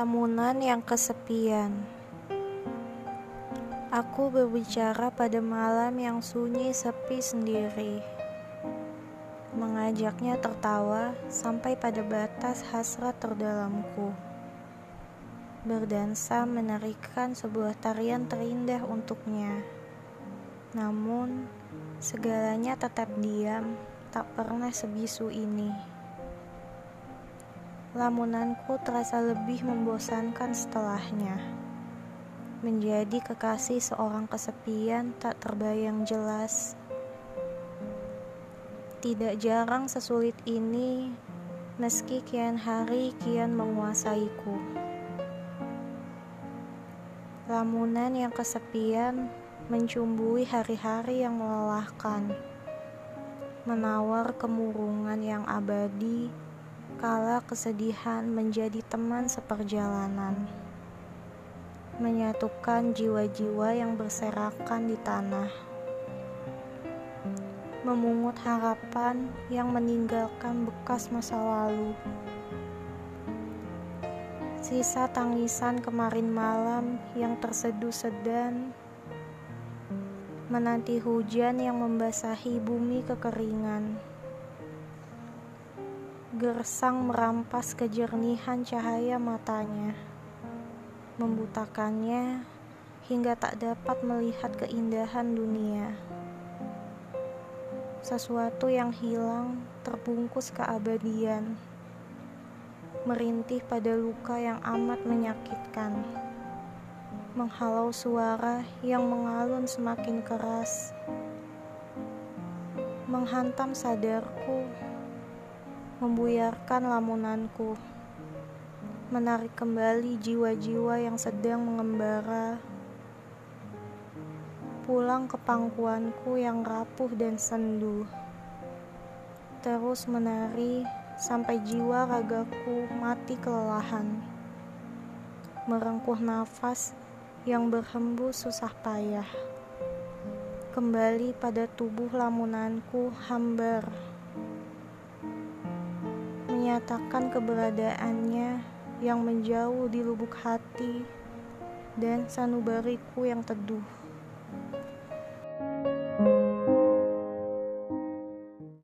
Lamunan yang kesepian. Aku berbicara pada malam yang sunyi sepi sendiri, mengajaknya tertawa sampai pada batas hasrat terdalamku, berdansa menarikan sebuah tarian terindah untuknya. Namun, segalanya tetap diam, tak pernah sebisu ini. Lamunanku terasa lebih membosankan setelahnya. Menjadi kekasih seorang kesepian tak terbayang jelas. Tidak jarang sesulit ini, meski kian hari kian menguasaiku. Lamunan yang kesepian mencumbui hari-hari yang melelahkan, menawar kemurungan yang abadi, kala kesedihan menjadi teman seperjalanan, menyatukan jiwa-jiwa yang berserakan di tanah, memungut harapan yang meninggalkan bekas masa lalu, sisa tangisan kemarin malam yang terseduh sedan, menanti hujan yang membasahi bumi kekeringan. Gersang merampas kejernihan cahaya matanya, membutakannya hingga tak dapat melihat keindahan dunia. Sesuatu yang hilang terbungkus keabadian, merintih pada luka yang amat menyakitkan, menghalau suara yang mengalun semakin keras, menghantam sadarku, membuyarkan lamunanku, menarik kembali jiwa-jiwa yang sedang mengembara, pulang ke pangkuanku yang rapuh dan sendu, terus menari sampai jiwa ragaku mati kelelahan, merengkuh nafas yang berhembus susah payah, kembali pada tubuh lamunanku hambar, menyatakan keberadaannya yang menjauh di lubuk hati dan sanubariku yang teduh.